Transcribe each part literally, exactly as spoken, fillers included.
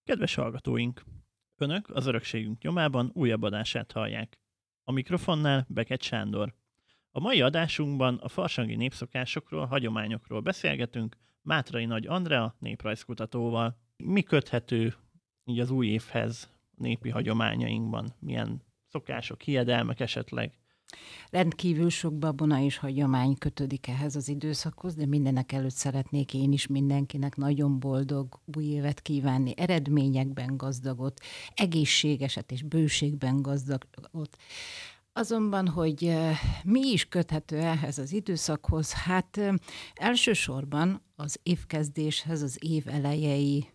Kedves hallgatóink! Önök az Örökségünk nyomában újabb adását hallják. A mikrofonnál Beket Sándor. A mai adásunkban a farsangi népszokásokról, hagyományokról beszélgetünk Mátrai Nagy Andrea néprajzkutatóval. Mi köthető így az új évhez népi hagyományainkban? Milyen szokások, hiedelmek esetleg? Rendkívül sok babona és hagyomány kötődik ehhez az időszakhoz, de mindenek előtt szeretnék én is mindenkinek nagyon boldog új évet kívánni, eredményekben gazdagot, egészségeset és bőségben gazdagot. Azonban, hogy mi is köthető ehhez az időszakhoz, hát elsősorban az évkezdéshez, az év elejei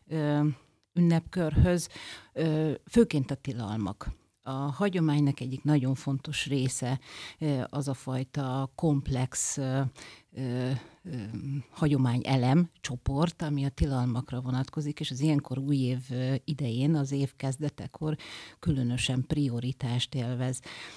ünnepkörhöz, főként a tilalmak. A hagyománynak egyik nagyon fontos része az a fajta komplex ö, ö, hagyományelem, csoport, ami a tilalmakra vonatkozik, és az ilyenkor új év idején, az év kezdetekor különösen prioritást élvez.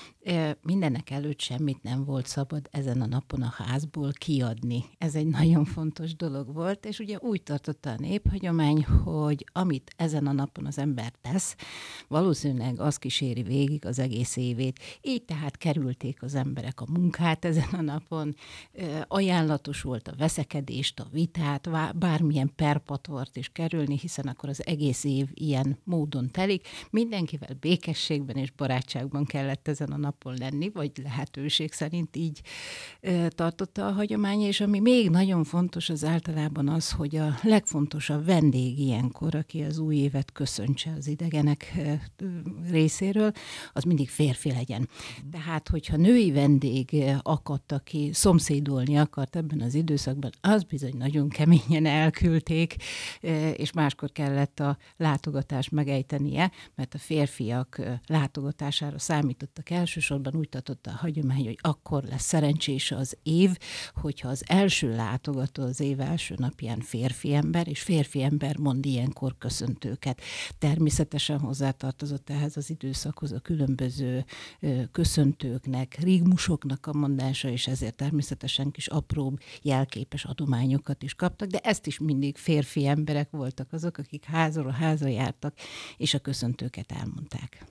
Mindenek előtt semmit nem volt szabad ezen a napon a házból kiadni. Ez egy nagyon fontos dolog volt, és ugye úgy tartotta a néphagyomány, hogy amit ezen a napon az ember tesz, valószínűleg az kíséri végig az egész évét. Így tehát kerülték az emberek a munkát ezen a napon, ajánlatos volt a veszekedést, a vitát, bármilyen perpatort is kerülni, hiszen akkor az egész év ilyen módon telik. Mindenkivel békességben és barátságban kellett ezen a napon lenni, vagy lehetőség szerint így e, tartotta a hagyomány, és ami még nagyon fontos az általában az, hogy a legfontosabb vendég ilyenkor, aki az új évet köszöntse az idegenek e, részéről, az mindig férfi legyen. Tehát, hogyha női vendég akadt, aki szomszédolni akart ebben az időszakban, az bizony nagyon keményen elküldték, és máskor kellett a látogatást megejtenie, mert a férfiak látogatására számítottak elsősorban, úgy tartotta a hagyomány, hogy akkor lesz szerencsés az év, hogyha az első látogató az év első napján férfi ember, és férfi ember mond ilyenkor köszöntőket. Természetesen hozzátartozott ehhez az időszakhoz a különböző köszöntőknek, rigmusoknak a mondása, és ezért természetesen kis apróbb jelképes adományokat is kaptak, de ezt is mindig férfi emberek voltak azok, akik házról házra jártak, és a köszöntőket elmondták.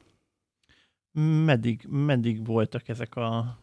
Meddig, meddig voltak ezek a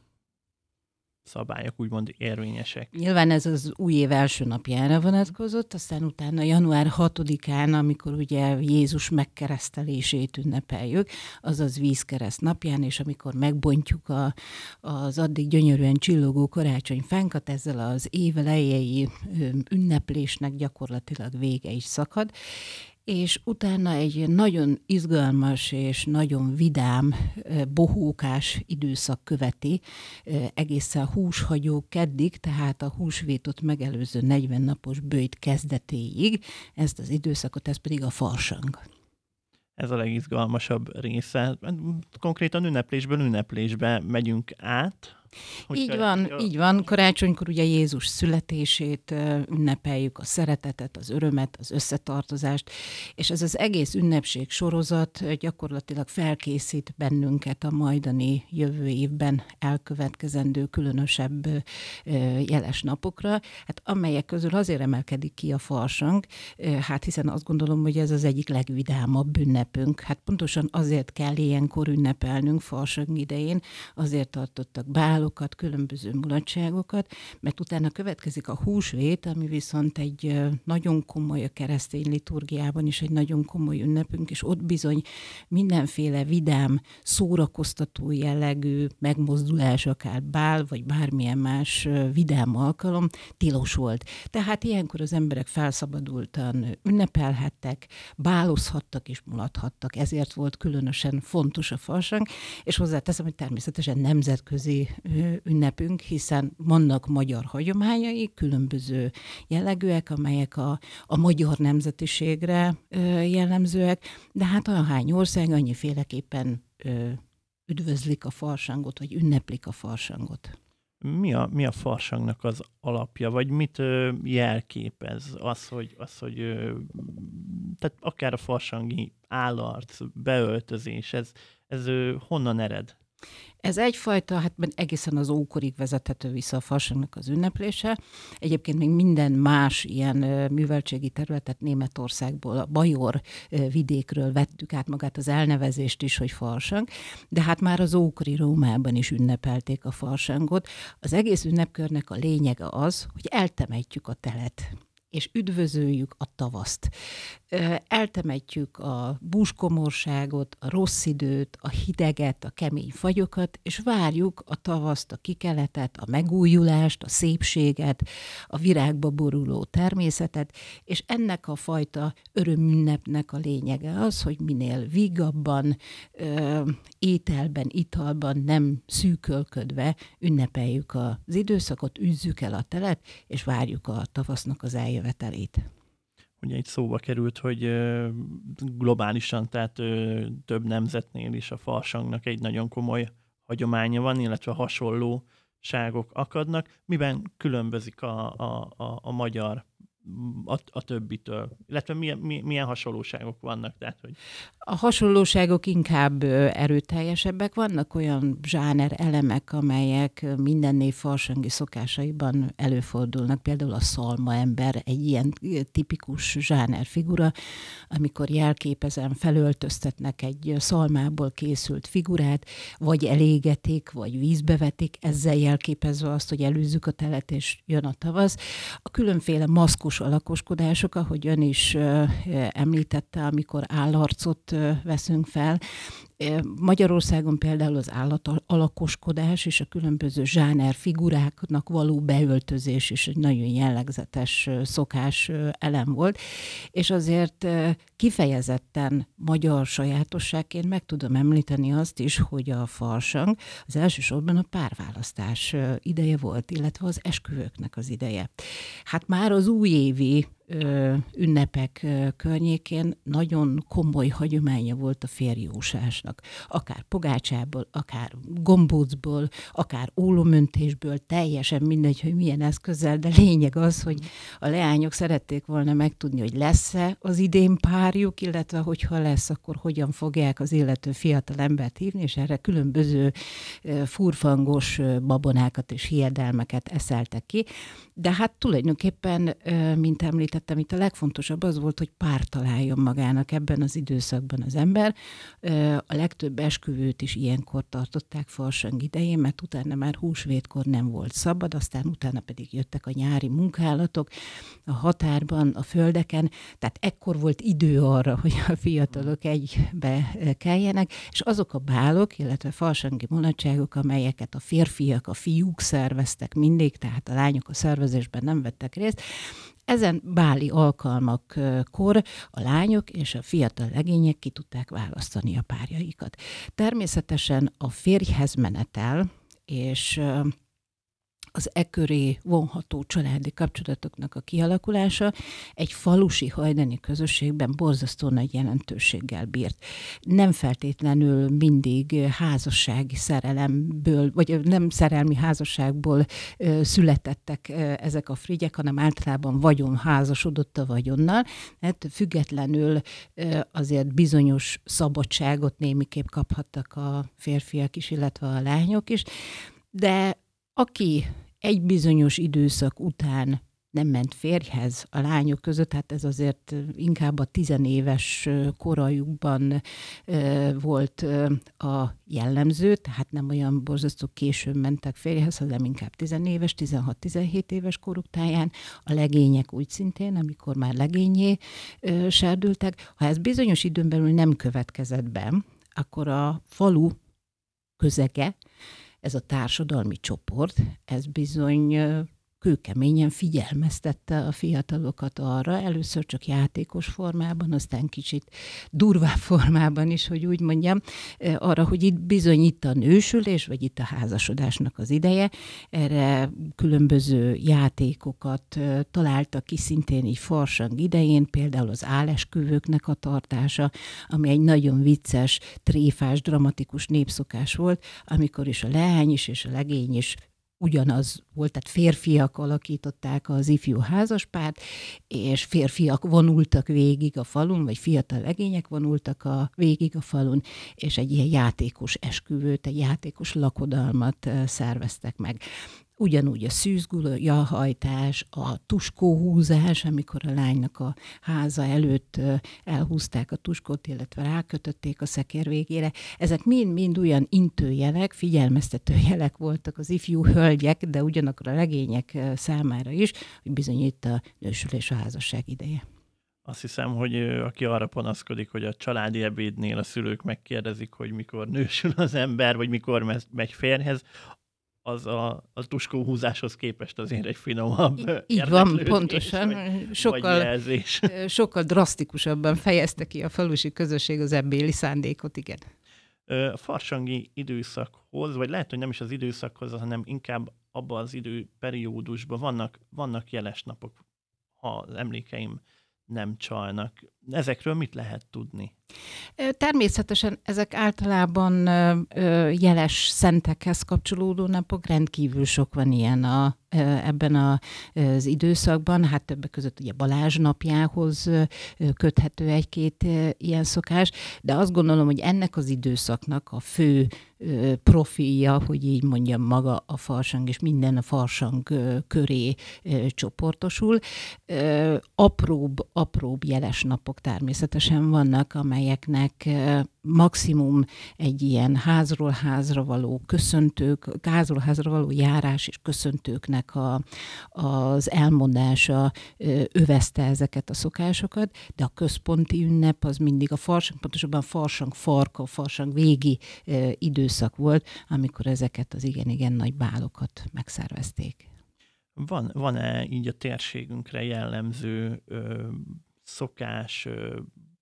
szabályok úgymond érvényesek? Nyilván ez az új év első napjára vonatkozott, aztán utána január hatodikán, amikor ugye Jézus megkeresztelését ünnepeljük, azaz vízkereszt napján, és amikor megbontjuk a, az addig gyönyörűen csillogó karácsonyfánkat, ezzel az év elejei ünneplésnek gyakorlatilag vége is szakad, és utána egy nagyon izgalmas és nagyon vidám, bohókás időszak követi, egészen húshagyó keddig, tehát a húsvétot megelőző negyven napos böjt kezdetéig, ezt az időszakot, ez pedig a farsang. Ez a legizgalmasabb része. Konkrétan ünneplésből ünneplésbe megyünk át. Így van, ja. így van. Karácsonykor ugye Jézus születését ünnepeljük, a szeretetet, az örömet, az összetartozást, és ez az egész ünnepség sorozat gyakorlatilag felkészít bennünket a majdani jövő évben elkövetkezendő különösebb jeles napokra, hát amelyek közül azért emelkedik ki a farsang, hát hiszen azt gondolom, hogy ez az egyik legvidámabb ünnepünk. Hát pontosan azért kell ilyenkor ünnepelnünk farsang idején, azért tartottak bál, különböző mulatságokat, mert utána következik a húsvét, ami viszont egy nagyon komoly, a keresztény liturgiában is egy nagyon komoly ünnepünk, és ott bizony mindenféle vidám, szórakoztató jellegű megmozdulás, akár bál, vagy bármilyen más vidám alkalom tilos volt. Tehát ilyenkor az emberek felszabadultan ünnepelhettek, bálozhattak és mulathattak. Ezért volt különösen fontos a farsang, és hozzáteszem, hogy természetesen nemzetközi ünnepünk, hiszen vannak magyar hagyományai, különböző jellegűek, amelyek a, a magyar nemzetiségre jellemzőek, de hát ahány ország annyiféleképpen üdvözlik a farsangot, vagy ünneplik a farsangot. Mi a, mi a farsangnak az alapja, vagy mit ö, jelképez az, hogy, az, hogy ö, tehát akár a farsangi állarc, beöltözés, ez, ez ö, honnan ered? Ez egyfajta, hát egészen az ókorig vezethető vissza a farsangnak az ünneplése. Egyébként még minden más ilyen műveltségi területet Németországból, a Bajor vidékről vettük át magát az elnevezést is, hogy farsang, de hát már az ókori Rómában is ünnepelték a farsangot. Az egész ünnepkörnek a lényege az, hogy eltemetjük a telet, és üdvözöljük a tavaszt. Eltemetjük a búskomorságot, a rossz időt, a hideget, a kemény fagyokat, és várjuk a tavaszt, a kikeletet, a megújulást, a szépséget, a virágba boruló természetet, és ennek a fajta örömünnepnek a lényege az, hogy minél vígabban, ételben, italban, nem szűkölködve ünnepeljük az időszakot, üzzük el a telet, és várjuk a tavasznak az eljövetelét. Ugye itt szóba került, hogy globálisan, tehát több nemzetnél is a farsangnak egy nagyon komoly hagyománya van, illetve hasonlóságok akadnak. Miben különbözik a, a, a, a magyar a, a többitől? Illetve milyen, milyen hasonlóságok vannak? Tehát, hogy... A hasonlóságok inkább erőteljesebbek. Vannak olyan zsáner elemek, amelyek minden név farsangi szokásaiban előfordulnak. Például a szalmaember egy ilyen tipikus zsáner figura, amikor jelképezen felöltöztetnek egy szalmából készült figurát, vagy elégetik, vagy vízbe vetik, ezzel jelképezve azt, hogy elűzzük a telet, és jön a tavasz. A különféle maszkos alakoskodások, ahogy ön is említette, amikor állarcot veszünk fel. Magyarországon például az állatalakoskodás és a különböző zsáner figuráknak való beöltözés is egy nagyon jellegzetes szokás elem volt, és azért kifejezetten magyar sajátosságként meg tudom említeni azt is, hogy a farsang az elsősorban a párválasztás ideje volt, illetve az esküvőknek az ideje. Hát már az újévi ünnepek környékén nagyon komoly hagyománya volt a férjjósásnak. Akár pogácsából, akár gombócból, akár ólomöntésből, teljesen mindegy, hogy milyen eszközzel, de lényeg az, hogy a leányok szerették volna megtudni, hogy lesz-e az idén párjuk, illetve hogyha lesz, akkor hogyan fogják az illető fiatal embert hívni, és erre különböző furfangos babonákat és hiedelmeket eszeltek ki. De hát tulajdonképpen, mint említettem, itt a legfontosabb az volt, hogy párt találjon magának ebben az időszakban az ember. A legtöbb esküvőt is ilyenkor tartották farsang idején, mert utána már húsvétkor nem volt szabad, aztán utána pedig jöttek a nyári munkálatok a határban, a földeken, tehát ekkor volt idő arra, hogy a fiatalok egybe keljenek, és azok a bálok, illetve farsangi mulatságok, amelyeket a férfiak, a fiúk szerveztek mindig, tehát a lányok a szervezésben nem vettek részt, ezen báli alkalmakkor a lányok és a fiatal legények ki tudták választani a párjaikat. Természetesen a férjhez menetel és az e köré vonható családi kapcsolatoknak a kialakulása egy falusi hajdani közösségben borzasztó nagy jelentőséggel bírt. Nem feltétlenül mindig házassági szerelemből, vagy nem szerelmi házasságból ö, születettek ö, ezek a frigyek, hanem általában vagyon házasodott a vagyonnal. Hát függetlenül ö, azért bizonyos szabadságot némiképp kaphattak a férfiak is, illetve a lányok is, de aki egy bizonyos időszak után nem ment férjhez a lányok között, hát ez azért inkább a tizenéves korajukban volt a jellemző, tehát nem olyan borzasztó későn mentek férjhez, hanem inkább tizenéves, tizenhat-tizenhét éves koruk táján. A legények úgy szintén, amikor már legényé serdültek. Ha ez bizonyos időn belül nem következett be, akkor a falu közege, ez a társadalmi csoport, ez bizony kőkeményen figyelmeztette a fiatalokat arra, először csak játékos formában, aztán kicsit durvább formában is, hogy úgy mondjam, arra, hogy itt bizony itt a nősülés, vagy itt a házasodásnak az ideje. Erre különböző játékokat találtak ki szintén így farsang idején, például az álesküvőknek a tartása, ami egy nagyon vicces, tréfás, dramatikus népszokás volt, amikor is a leány is és a legény is ugyanaz volt, tehát férfiak alakították az ifjú házaspárt, és férfiak vonultak végig a falun, vagy fiatal legények vonultak a, végig a falun, és egy ilyen játékos esküvőt, egy játékos lakodalmat szerveztek meg. Ugyanúgy a szűzgulyahajtás, a tuskóhúzás, amikor a lánynak a háza előtt elhúzták a tuskót, illetve rákötötték a szekér végére. Ezek mind-mind olyan intőjelek, figyelmeztető jelek voltak az ifjú hölgyek, de ugyanakkor a legények számára is, hogy bizony itt a nősülés a házasság ideje. Azt hiszem, hogy aki arra panaszkodik, hogy a családi ebédnél a szülők megkérdezik, hogy mikor nősül az ember, vagy mikor megy férjhez, az a, a tuskóhúzáshoz képest azért egy finomabb Így van, pontosan. Vagy, sokkal, vagy sokkal drasztikusabban fejezte ki a falusi közösség az ebbéli szándékot, igen. A farsangi időszakhoz, vagy lehet, hogy nem is az időszakhoz, hanem inkább abban az időperiódusban vannak, vannak jeles napok, ha az emlékeim nem csalnak. Ezekről mit lehet tudni? Természetesen ezek általában jeles szentekhez kapcsolódó napok, rendkívül sok van ilyen a, ebben a, az időszakban, hát többek között ugye Balázs napjához köthető egy-két ilyen szokás, de azt gondolom, hogy ennek az időszaknak a fő profilja, hogy így mondjam, maga a farsang, és minden a farsang köré csoportosul. Apróbb, apróbb jeles napok természetesen vannak, amelyeknek maximum egy ilyen házról házra való köszöntők, házról házra való járás és köszöntőknek a, az elmondása övezte ezeket a szokásokat, de a központi ünnep az mindig a farsang, pontosabban farsang farka, farsang végi időszak volt, amikor ezeket az igen-igen nagy bálokat megszervezték. Van, van-e így a térségünkre jellemző ö, szokás, ö,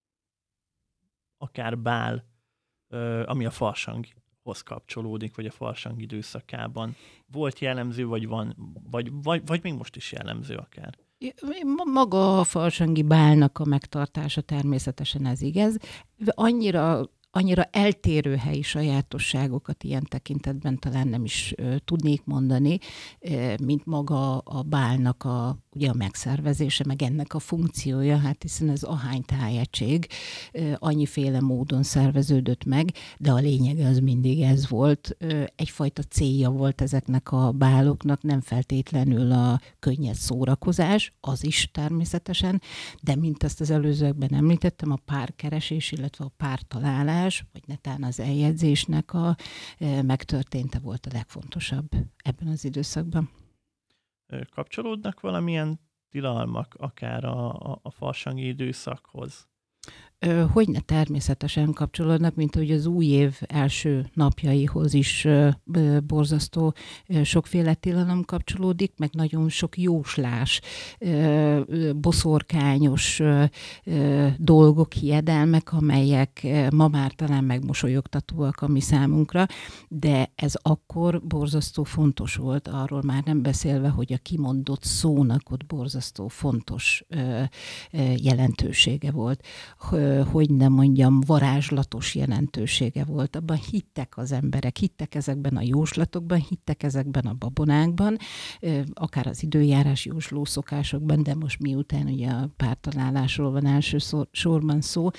akár bál, ö, ami a farsanghoz kapcsolódik, vagy a farsang időszakában volt jellemző, vagy van, vagy, vagy, vagy még most is jellemző akár? Maga a farsangi bálnak a megtartása természetesen ez igaz. Annyira annyira eltérő helyi sajátosságokat ilyen tekintetben talán nem is uh, tudnék mondani, uh, mint maga a bálnak a, ugye a megszervezése, meg ennek a funkciója, hát hiszen ez ahány tájegység uh, annyiféle módon szerveződött meg, de a lényeg az mindig ez volt. Uh, egyfajta célja volt ezeknek a báloknak, nem feltétlenül a könnyed szórakozás, az is természetesen, de mint ezt az előzőkben említettem, a párkeresés, illetve a pártalálás, vagy netán az eljegyzésnek a e, megtörténte volt a legfontosabb ebben az időszakban. Kapcsolódnak valamilyen tilalmak akár a, a, a farsangi időszakhoz? Hogyne természetesen kapcsolódnak, mint hogy az új év első napjaihoz is borzasztó sokféle tilalom kapcsolódik, meg nagyon sok jóslás, boszorkányos dolgok, hiedelmek, amelyek ma már talán megmosolyogtatóak a mi számunkra, de ez akkor borzasztó fontos volt, arról már nem beszélve, hogy a kimondott szónak ott borzasztó fontos jelentősége volt, hogy nem mondjam, varázslatos jelentősége volt. Abban hittek az emberek, hittek ezekben a jóslatokban, hittek ezekben a babonákban, akár az időjárás jósló szokásokban, de most miután ugye a pártalálásról van első sorban szó,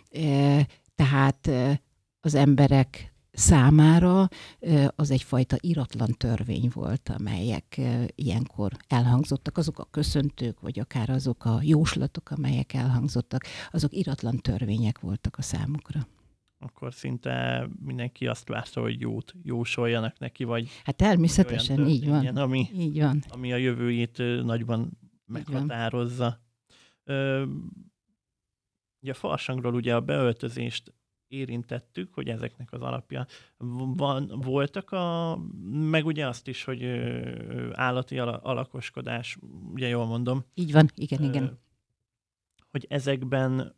tehát az emberek számára az egyfajta iratlan törvény volt, amelyek ilyenkor elhangzottak. Azok a köszöntők, vagy akár azok a jóslatok, amelyek elhangzottak, azok iratlan törvények voltak a számukra. Akkor szinte mindenki azt várta, hogy jót jósoljanak neki, vagy... Hát természetesen, így van. Ami, így van. Ami a jövőjét nagyban meghatározza. Ö, ugye a farsangról ugye a beöltözést érintettük, hogy ezeknek az alapja van, voltak, a, meg ugye azt is, hogy állati alakoskodás, ugye jól mondom. Így van, igen, igen. Hogy ezekben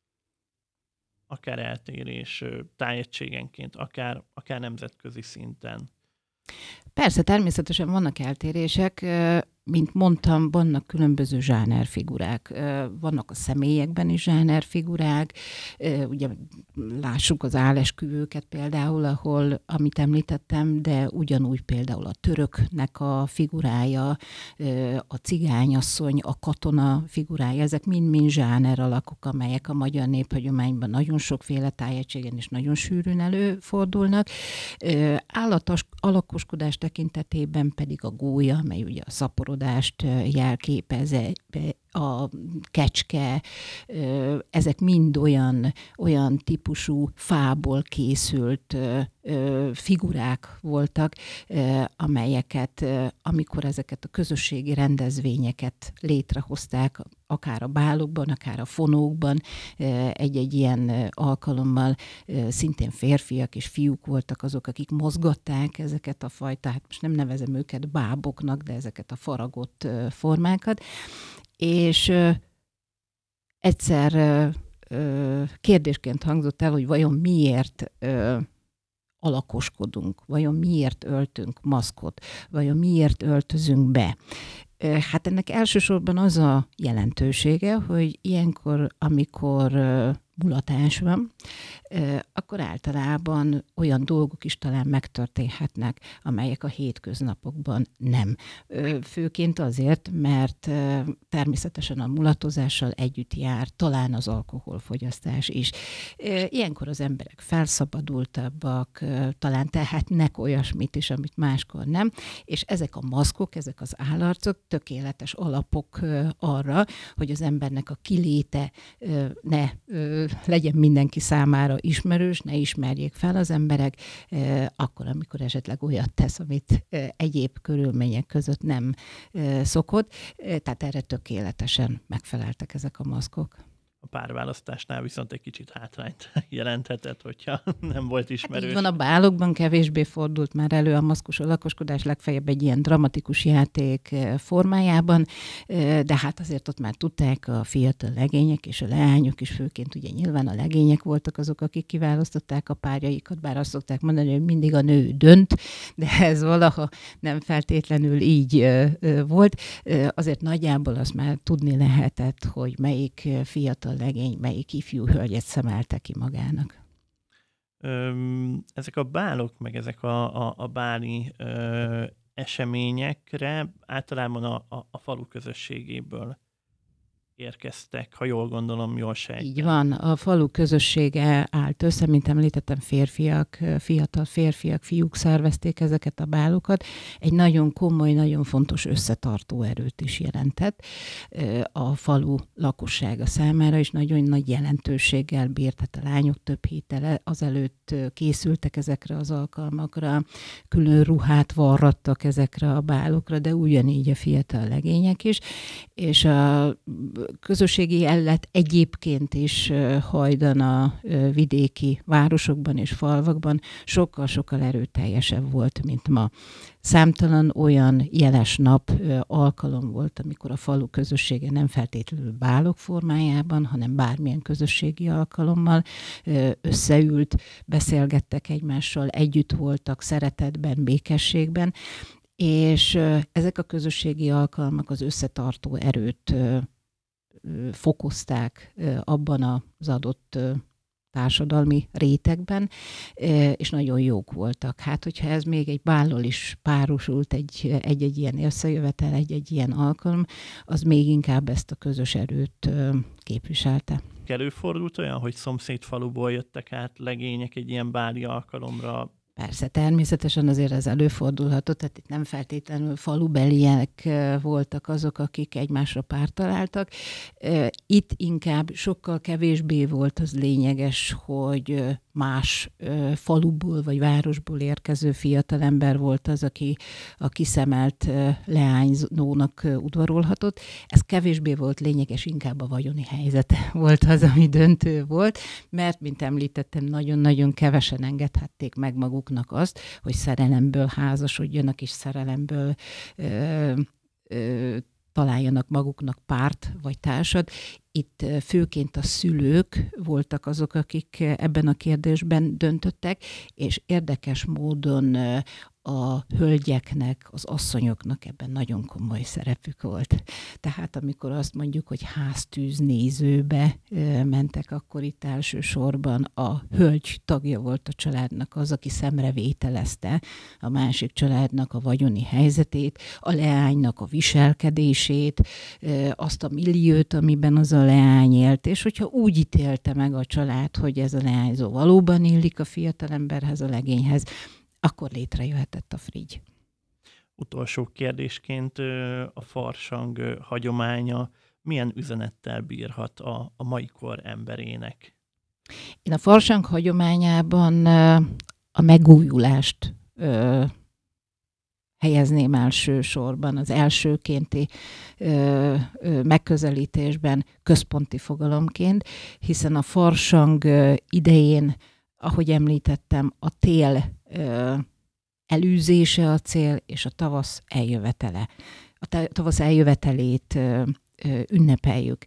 akár eltérés tájegységenként, akár, akár nemzetközi szinten. Persze, természetesen vannak eltérések. mint mondtam, vannak különböző zsánerfigurák. Vannak a személyekben is zsánerfigurák. Ugye lássuk az álesküvőket például, ahol, amit említettem, de ugyanúgy például a töröknek a figurája, a cigányasszony, a katona figurája, ezek mind-mind zsáner alakok, amelyek a magyar néphagyományban nagyon sokféle tájegységen és nagyon sűrűn előfordulnak. Állatos alakoskodás tekintetében pedig a gólya, mely ugye a szaporodást jelképez, a kecske, ezek mind olyan, olyan típusú fából készült figurák voltak, amelyeket, amikor ezeket a közösségi rendezvényeket létrehozták, akár a bálokban, akár a fonókban, egy-egy ilyen alkalommal szintén férfiak és fiúk voltak azok, akik mozgatták ezeket a fajta, hát most nem nevezem őket báboknak, de ezeket a faragott formákat. És ö, egyszer ö, ö, kérdésként hangzott el, hogy vajon miért ö, alakoskodunk, vajon miért öltünk maszkot, vajon miért öltözünk be. Ö, hát ennek elsősorban az a jelentősége, hogy ilyenkor, amikor ö, mulatás van, akkor általában olyan dolgok is talán megtörténhetnek, amelyek a hétköznapokban nem. Főként azért, mert természetesen a mulatozással együtt jár talán az alkoholfogyasztás is. Ilyenkor az emberek felszabadultabbak, talán tehetnek olyasmit is, amit máskor nem, és ezek a maszkok, ezek az állarcok tökéletes alapok arra, hogy az embernek a kiléte ne legyen mindenki számára ismerős, ne ismerjék fel az emberek, akkor, amikor esetleg olyat tesz, amit egyéb körülmények között nem szokott. Tehát erre tökéletesen megfeleltek ezek a maszkok. A párválasztásnál viszont egy kicsit hátrányt jelenthetett, hogyha nem volt ismerős. Hát így van, a bálokban kevésbé fordult már elő a maszkos alakoskodás, legfeljebb egy ilyen dramatikus játék formájában, de hát azért ott már tudták a fiatal legények és a leányok is, főként ugye nyilván a legények voltak azok, akik kiválasztották a párjaikat, bár azt szokták mondani, hogy mindig a nő dönt, de ez valaha nem feltétlenül így volt. Azért nagyjából azt már tudni lehetett, hogy melyik fiatal legény, melyik ifjú hölgyet szemelte ki magának. Öm, ezek a bálok, meg ezek a, a, a báli ö, eseményekre általában a, a, a falu közösségéből érkeztek, ha jól gondolom, jól sejtem. Így van, a falu közössége állt össze, mint említettem, férfiak, fiatal férfiak, fiúk szervezték ezeket a bálokat. Egy nagyon komoly, nagyon fontos összetartó erőt is jelentett a falu lakossága számára, és nagyon nagy jelentőséggel bírt. Tehát a lányok több héttel azelőtt készültek ezekre az alkalmakra, külön ruhát varrattak ezekre a bálokra, de ugyanígy a fiatal legények is, és a közösségi jellet egyébként is hajdan a vidéki városokban és falvakban sokkal-sokkal erőteljesebb volt, mint ma. Számtalan olyan jeles nap, alkalom volt, amikor a falu közössége nem feltétlenül bálok formájában, hanem bármilyen közösségi alkalommal összeült, beszélgettek egymással, együtt voltak szeretetben, békességben, és ezek a közösségi alkalmak az összetartó erőt fokozták abban az adott társadalmi rétegben, és nagyon jók voltak. Hát, hogyha ez még egy bállal is párosult egy, egy-egy ilyen összejövetel, egy-egy ilyen alkalom, az még inkább ezt a közös erőt képviselte. Előfordult olyan, hogy szomszéd faluból jöttek át legények egy ilyen báli alkalomra? Persze, természetesen azért ez előfordulhatott, tehát itt nem feltétlenül falubeliek voltak azok, akik egymásra párt találtak. Itt inkább sokkal kevésbé volt az lényeges, hogy más faluból vagy városból érkező fiatalember volt az, aki a kiszemelt leányzónak udvarolhatott. Ez kevésbé volt lényeges, inkább a vagyoni helyzete volt az, ami döntő volt, mert, mint említettem, nagyon-nagyon kevesen engedhették meg maguknak azt, hogy szerelemből házasodjanak, és szerelemből ö, ö, találjanak maguknak párt vagy társat. Itt főként a szülők voltak azok, akik ebben a kérdésben döntöttek, és érdekes módon a hölgyeknek, az asszonyoknak ebben nagyon komoly szerepük volt. Tehát amikor azt mondjuk, hogy háztűz nézőbe mentek, akkor itt elsősorban a hölgy tagja volt a családnak az, aki szemrevételezte a másik családnak a vagyoni helyzetét, a leánynak a viselkedését, azt a milliót, amiben az a leány élt, és hogyha úgy ítélte meg a család, hogy ez a leányzó valóban illik a fiatalemberhez, a legényhez, akkor létrejöhetett a frigy. Utolsó kérdésként a farsang hagyománya milyen üzenettel bírhat a, a mai kor emberének? Én a farsang hagyományában a megújulást ö, helyezném elsősorban, az elsőkénti ö, ö, megközelítésben központi fogalomként, hiszen a farsang idején, ahogy említettem, a tél ö, elűzése a cél, és a tavasz eljövetele. A tavasz eljövetelét ö, ö, ünnepeljük.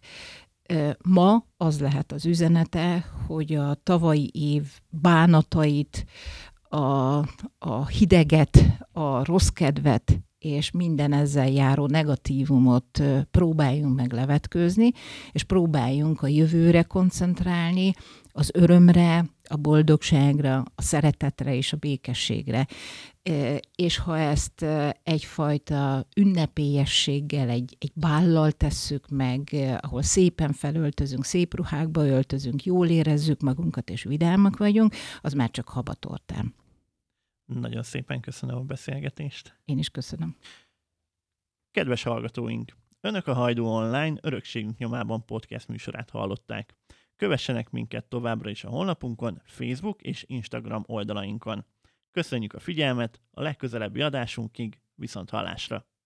Ma az lehet az üzenete, hogy a tavalyi év bánatait, a, a hideget, a rossz kedvet és minden ezzel járó negatívumot próbáljunk meg levetkőzni, és próbáljunk a jövőre koncentrálni, az örömre, a boldogságra, a szeretetre és a békességre. És ha ezt egyfajta ünnepélyességgel, egy, egy bállal tesszük meg, ahol szépen felöltözünk, szép ruhákba öltözünk, jól érezzük magunkat és vidámak vagyunk, az már csak habatortán. Nagyon szépen köszönöm a beszélgetést. Én is köszönöm. Kedves hallgatóink! Önök a Hajdú Online Örökségünk nyomában podcast műsorát hallották. Kövessenek minket továbbra is a honlapunkon, Facebook és Instagram oldalainkon. Köszönjük a figyelmet, a legközelebbi adásunkig, viszont hallásra!